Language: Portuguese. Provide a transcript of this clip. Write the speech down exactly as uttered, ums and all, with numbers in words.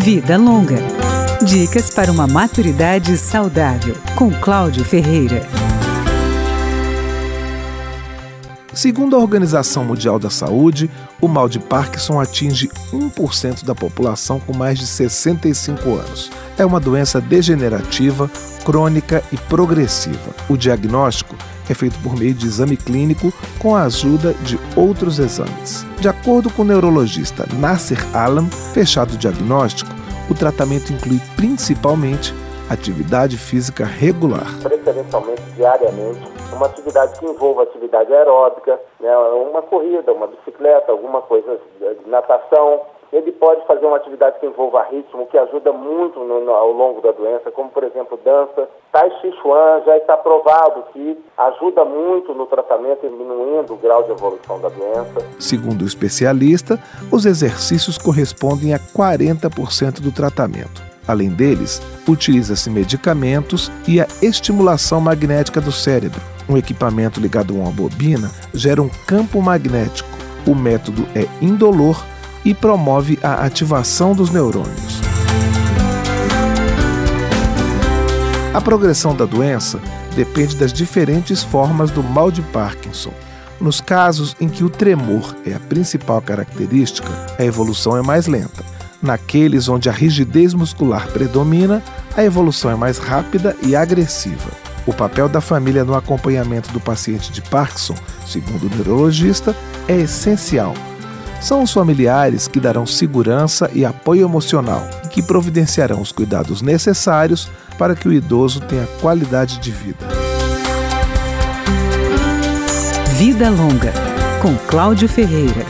Vida Longa. Dicas para uma maturidade saudável, com Cláudio Ferreira. Segundo a Organização Mundial da Saúde, o mal de Parkinson atinge um por cento da população com mais de sessenta e cinco anos. É uma doença degenerativa, crônica e progressiva. O diagnóstico é feito por meio de exame clínico com a ajuda de outros exames. De acordo com o neurologista Nasser Alam, fechado o diagnóstico, o tratamento inclui principalmente atividade física regular. Preferencialmente diariamente, uma atividade que envolva atividade aeróbica, né, uma corrida, uma bicicleta, alguma coisa de natação. Ele pode fazer uma atividade que envolva ritmo, que ajuda muito no, no, ao longo da doença, como, por exemplo, dança. Tai Chi Chuan já está provado que ajuda muito no tratamento, diminuindo o grau de evolução da doença. Segundo o especialista, os exercícios correspondem a quarenta por cento do tratamento. Além deles, utiliza-se medicamentos e a estimulação magnética do cérebro. Um equipamento ligado a uma bobina gera um campo magnético. O método é indolor e promove a ativação dos neurônios. A progressão da doença depende das diferentes formas do mal de Parkinson. Nos casos em que o tremor é a principal característica, a evolução é mais lenta. Naqueles onde a rigidez muscular predomina, a evolução é mais rápida e agressiva. O papel da família no acompanhamento do paciente de Parkinson, segundo o neurologista, é essencial. São os familiares que darão segurança e apoio emocional e que providenciarão os cuidados necessários para que o idoso tenha qualidade de vida. Vida Longa, com Cláudio Ferreira.